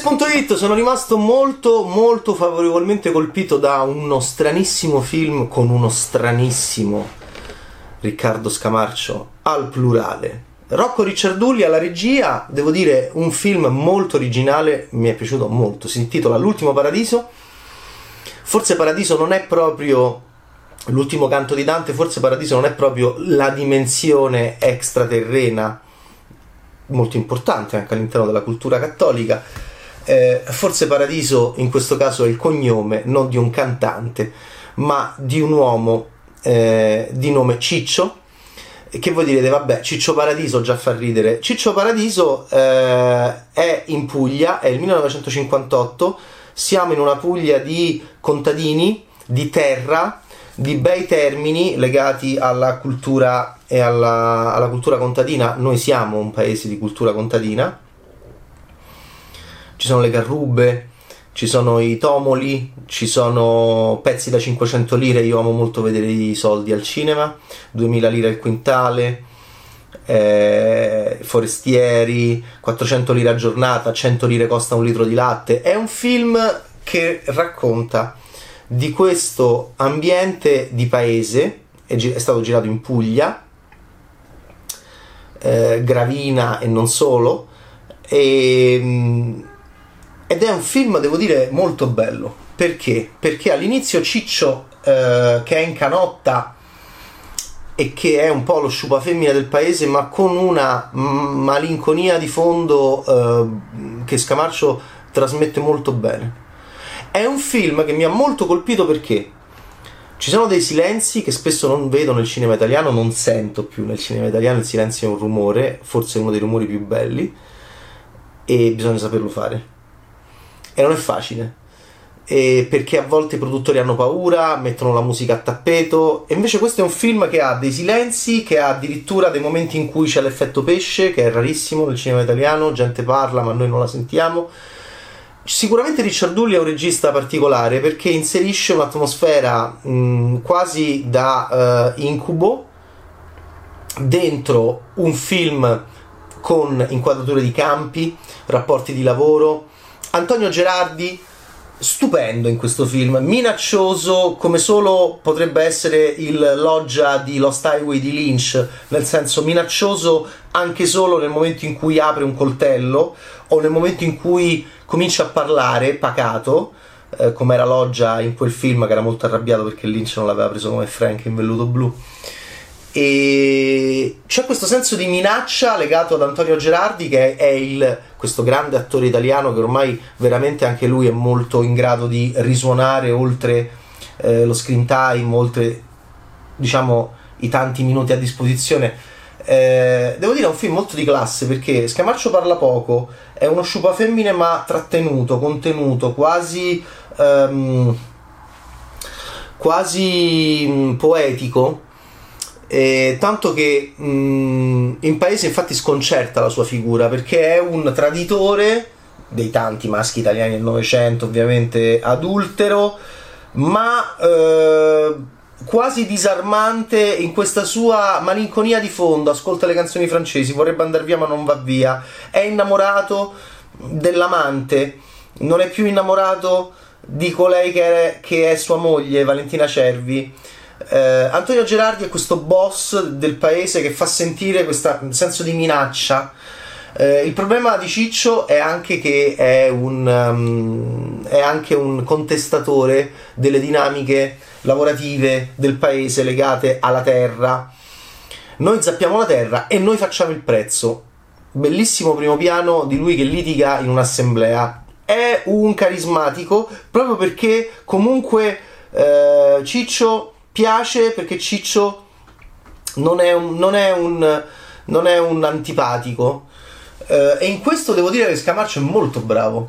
Games.it, sono rimasto molto favorevolmente colpito da uno stranissimo film con uno stranissimo Riccardo Scamarcio al plurale. Rocco Ricciardulli alla regia, devo dire un film molto originale, mi è piaciuto molto, si intitola L'ultimo paradiso. Forse Paradiso non è proprio l'ultimo canto di Dante, forse Paradiso non è proprio la dimensione extraterrena molto importante anche all'interno della cultura cattolica. Forse Paradiso in questo caso è il cognome non di un cantante ma di un uomo di nome Ciccio. Che vuol dire? Vabbè, Ciccio Paradiso già fa ridere. Ciccio Paradiso è in Puglia, è il 1958, siamo in una Puglia di contadini, di terra, di bei termini legati alla cultura e alla cultura contadina. Noi siamo un paese di cultura contadina, ci sono le carrubbe, ci sono i tomoli, ci sono pezzi da 500 lire, io amo molto vedere i soldi al cinema, 2000 lire al quintale, forestieri, 400 lire a giornata, 100 lire costa un litro di latte. È un film che racconta di questo ambiente di paese, è stato girato in Puglia, Gravina e non solo, ed è un film, devo dire, molto bello. Perché? Perché all'inizio Ciccio, che è in canotta e che è un po' lo sciupafemmina del paese, ma con una malinconia di fondo che Scamarcio trasmette molto bene. È un film che mi ha molto colpito perché ci sono dei silenzi che spesso non vedo nel cinema italiano, non sento più nel cinema italiano. Il silenzio è un rumore, forse uno dei rumori più belli, e bisogna saperlo fare. E non è facile, perché a volte i produttori hanno paura, mettono la musica a tappeto, e invece questo è un film che ha dei silenzi, che ha addirittura dei momenti in cui c'è l'effetto pesce, che è rarissimo nel cinema italiano, gente parla ma noi non la sentiamo. Sicuramente Ricciardulli è un regista particolare perché inserisce un'atmosfera quasi da incubo dentro un film con inquadrature di campi, rapporti di lavoro. Antonio Gerardi, stupendo in questo film, minaccioso come solo potrebbe essere il Loggia di Lost Highway di Lynch, nel senso minaccioso anche solo nel momento in cui apre un coltello o nel momento in cui comincia a parlare, pacato, come era Loggia in quel film, che era molto arrabbiato perché Lynch non l'aveva preso come Frank in velluto blu. E c'è questo senso di minaccia legato ad Antonio Gerardi, che è questo grande attore italiano che ormai veramente anche lui è molto in grado di risuonare oltre lo screen time, oltre, diciamo, i tanti minuti a disposizione. Devo dire è un film molto di classe perché Scamarcio parla poco, è uno sciupafemmine ma trattenuto, contenuto, quasi poetico. Tanto che in paese infatti sconcerta la sua figura perché è un traditore dei tanti maschi italiani del Novecento, ovviamente adultero, ma quasi disarmante in questa sua malinconia di fondo. Ascolta le canzoni francesi, vorrebbe andare via ma non va via, è innamorato dell'amante, non è più innamorato di colei che è sua moglie, Valentina Cervi. Antonio Gerardi è questo boss del paese che fa sentire questo senso di minaccia. Il problema di Ciccio è anche che è anche un contestatore delle dinamiche lavorative del paese legate alla terra. Noi zappiamo la terra e noi facciamo il prezzo. Bellissimo primo piano di lui che litiga in un'assemblea. È un carismatico proprio perché comunque Ciccio piace, perché Ciccio non è un antipatico, e in questo devo dire che Scamarcio è molto bravo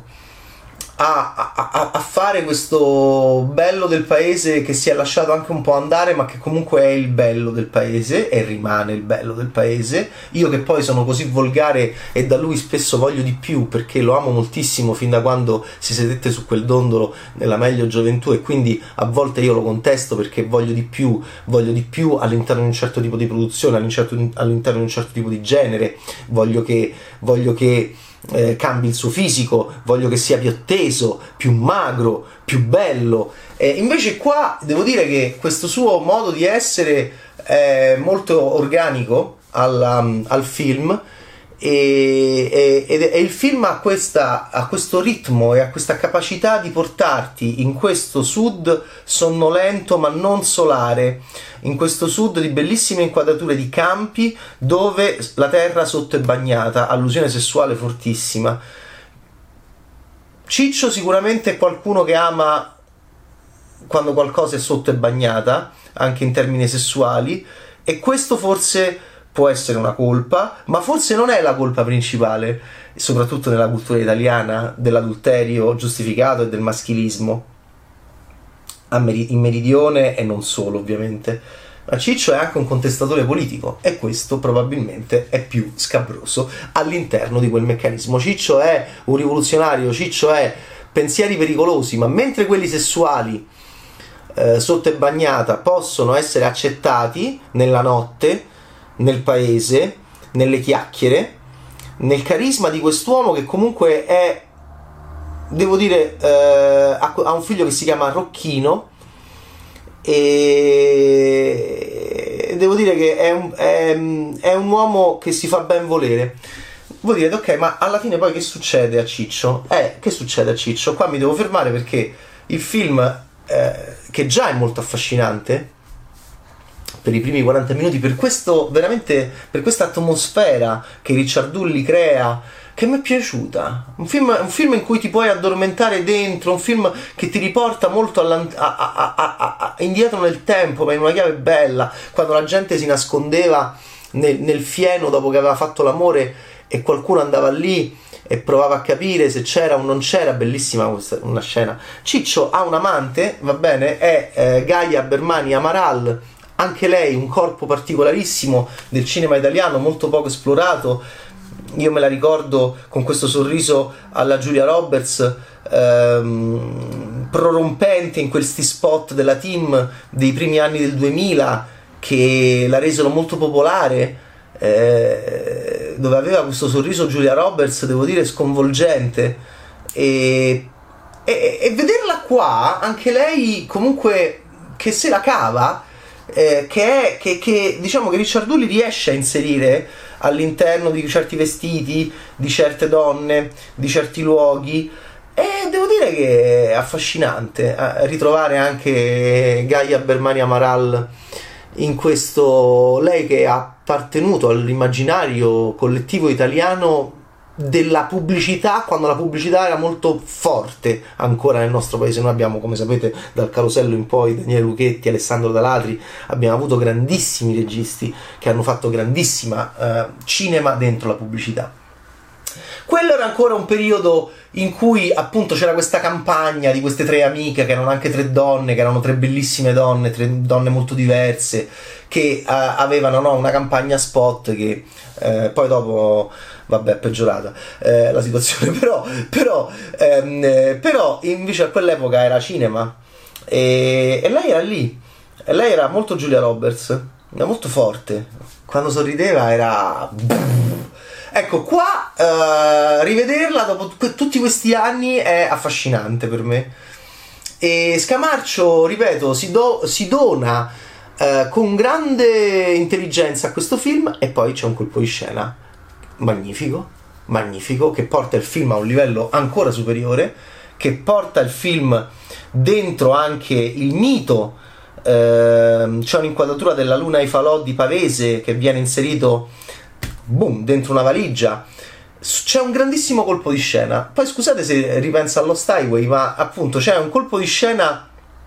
a fare questo bello del paese che si è lasciato anche un po' andare, ma che comunque è il bello del paese e rimane il bello del paese. Io che poi sono così volgare e da lui spesso voglio di più perché lo amo moltissimo fin da quando si sedette su quel dondolo nella meglio gioventù, e quindi a volte io lo contesto perché voglio di più all'interno di un certo tipo di produzione, all'interno di un certo tipo di genere, voglio che cambi il suo fisico, voglio che sia più atteso, più magro, più bello. Invece qua devo dire che questo suo modo di essere è molto organico al film, e il film ha questo ritmo e ha questa capacità di portarti in questo sud sonnolento ma non solare, in questo sud di bellissime inquadrature di campi dove la terra sotto è bagnata, allusione sessuale fortissima. Ciccio sicuramente è qualcuno che ama quando qualcosa è sotto e bagnata, anche in termini sessuali, e questo forse può essere una colpa, ma forse non è la colpa principale, soprattutto nella cultura italiana, dell'adulterio giustificato e del maschilismo in Meridione, e non solo ovviamente. Ma Ciccio è anche un contestatore politico, e questo probabilmente è più scabroso all'interno di quel meccanismo. Ciccio è un rivoluzionario, Ciccio è pensieri pericolosi, ma mentre quelli sessuali sotto e bagnata possono essere accettati nella notte, nel paese, nelle chiacchiere, nel carisma di quest'uomo che comunque è, devo dire, ha un figlio che si chiama Rocchino, e devo dire che è un uomo che si fa ben volere. Voi direte, ok, ma alla fine poi che succede a Ciccio? Che succede a Ciccio? Qua mi devo fermare perché il film, che già è molto affascinante per i primi 40 minuti, per questo veramente, per questa atmosfera che Ricciardulli crea, che mi è piaciuta. Un film in cui ti puoi addormentare dentro, un film che ti riporta molto indietro nel tempo, ma in una chiave bella, quando la gente si nascondeva nel fieno dopo che aveva fatto l'amore e qualcuno andava lì e provava a capire se c'era o non c'era. Bellissima una scena. Ciccio ha un amante, va bene, è Gaia Bermani Amaral, anche lei un corpo particolarissimo del cinema italiano, molto poco esplorato. Io me la ricordo con questo sorriso alla Julia Roberts, prorompente in questi spot della Team dei primi anni del 2000, che la resero molto popolare, dove aveva questo sorriso Julia Roberts, devo dire, sconvolgente, e vederla qua, anche lei comunque che se la cava, che diciamo che Ricciardulli riesce a inserire all'interno di certi vestiti, di certe donne, di certi luoghi, e devo dire che è affascinante ritrovare anche Gaia Bermani Amaral in questo, lei che ha appartenuto all'immaginario collettivo italiano della pubblicità, quando la pubblicità era molto forte ancora nel nostro paese. Noi abbiamo, come sapete, dal Carosello in poi, Daniele Lucchetti, Alessandro Dalatri, abbiamo avuto grandissimi registi che hanno fatto grandissima cinema dentro la pubblicità. Quello era ancora un periodo in cui appunto c'era questa campagna di queste tre amiche, che erano anche tre donne, che erano tre bellissime donne, tre donne molto diverse, che avevano, no, una campagna spot che poi dopo, vabbè, è peggiorata la situazione, però invece a quell'epoca era cinema, e lei era lì, e lei era molto Julia Roberts, era molto forte, quando sorrideva era... Ecco, qua rivederla dopo tutti questi anni è affascinante per me. E Scamarcio, ripeto, si dona con grande intelligenza a questo film, e poi c'è un colpo di scena magnifico, che porta il film a un livello ancora superiore, che porta il film dentro anche il mito. C'è un'inquadratura della Luna ai falò di Pavese che viene inserito, boom, dentro una valigia. C'è un grandissimo colpo di scena. Poi scusate se ripenso allo Highway, ma appunto c'è un colpo di scena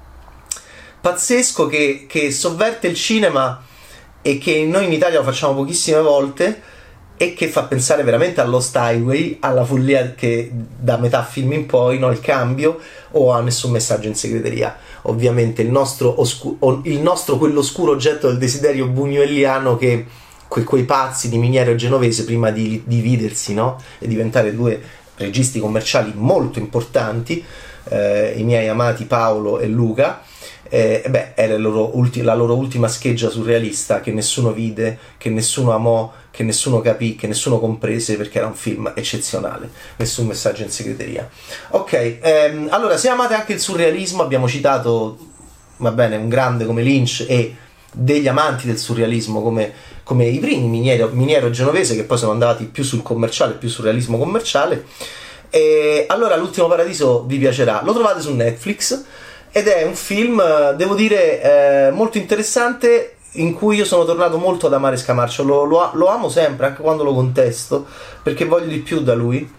pazzesco che sovverte il cinema, e che noi in Italia lo facciamo pochissime volte, e che fa pensare veramente allo Highway, alla follia che da metà film in poi, no, il cambio, o a Nessun messaggio in segreteria. Ovviamente il nostro quell'oscuro oggetto del desiderio buñueliano, che quei pazzi di Miniero e Genovese, prima di dividersi, no, e diventare due registi commerciali molto importanti, i miei amati Paolo e Luca, È la loro ultima scheggia surrealista che nessuno vide, che nessuno amò, che nessuno capì, che nessuno comprese, perché era un film eccezionale. Nessun messaggio in segreteria. Ok, allora, se amate anche il surrealismo, abbiamo citato, va bene, un grande come Lynch e degli amanti del surrealismo come i primi, Miniero e Genovese, che poi sono andati più sul commerciale, più sul realismo commerciale. E allora L'ultimo paradiso vi piacerà. Lo trovate su Netflix ed è un film, devo dire, molto interessante, in cui io sono tornato molto ad amare Scamarcio. Lo amo sempre, anche quando lo contesto, perché voglio di più da lui.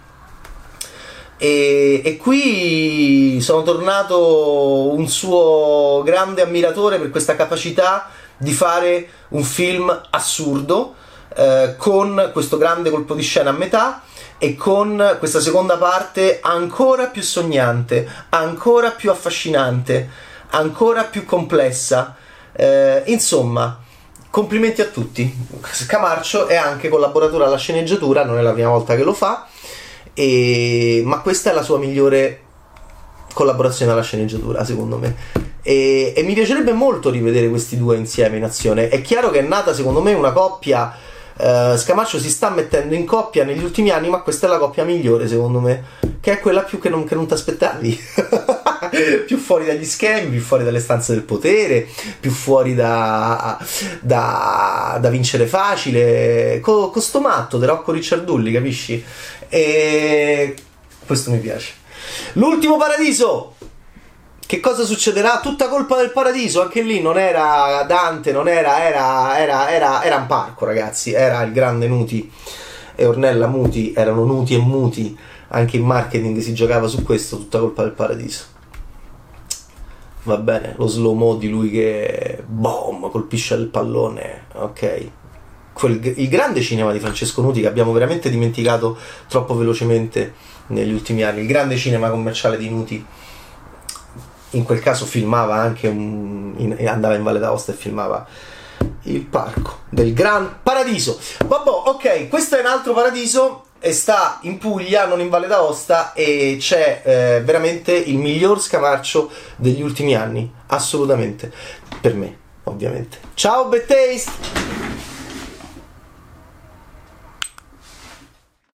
E qui sono tornato un suo grande ammiratore per questa capacità di fare un film assurdo, con questo grande colpo di scena a metà e con questa seconda parte ancora più sognante, ancora più affascinante, ancora più complessa. Insomma, complimenti a tutti. Scamarcio è anche collaboratore alla sceneggiatura, non è la prima volta che lo fa, ma questa è la sua migliore collaborazione alla sceneggiatura, secondo me. E mi piacerebbe molto rivedere questi due insieme in azione. È chiaro che è nata, secondo me, una coppia. Scamarcio si sta mettendo in coppia negli ultimi anni, ma questa è la coppia migliore, secondo me, che è quella più che non ti aspettavi. Più fuori dagli schemi, più fuori dalle stanze del potere, più fuori da vincere facile, con sto matto di Rocco Ricciardulli, capisci? E questo mi piace. L'ultimo paradiso. Che cosa succederà? Tutta colpa del paradiso. Anche lì non era Dante, non era un parco, ragazzi. Era il grande Nuti e Ornella Muti, erano nuti e muti. Anche in marketing si giocava su questo. Tutta colpa del paradiso. Va bene, lo slow-mo di lui che boom, colpisce il pallone. Ok. Il grande cinema di Francesco Nuti, che abbiamo veramente dimenticato troppo velocemente negli ultimi anni. Il grande cinema commerciale di Nuti. In quel caso filmava anche andava in Valle d'Aosta e filmava il parco del Gran Paradiso. Vabbè, ok, questo è un altro paradiso e sta in Puglia, non in Valle d'Aosta, e c'è veramente il miglior Scamarcio degli ultimi anni, assolutamente, per me, ovviamente. Ciao, Bad Taste!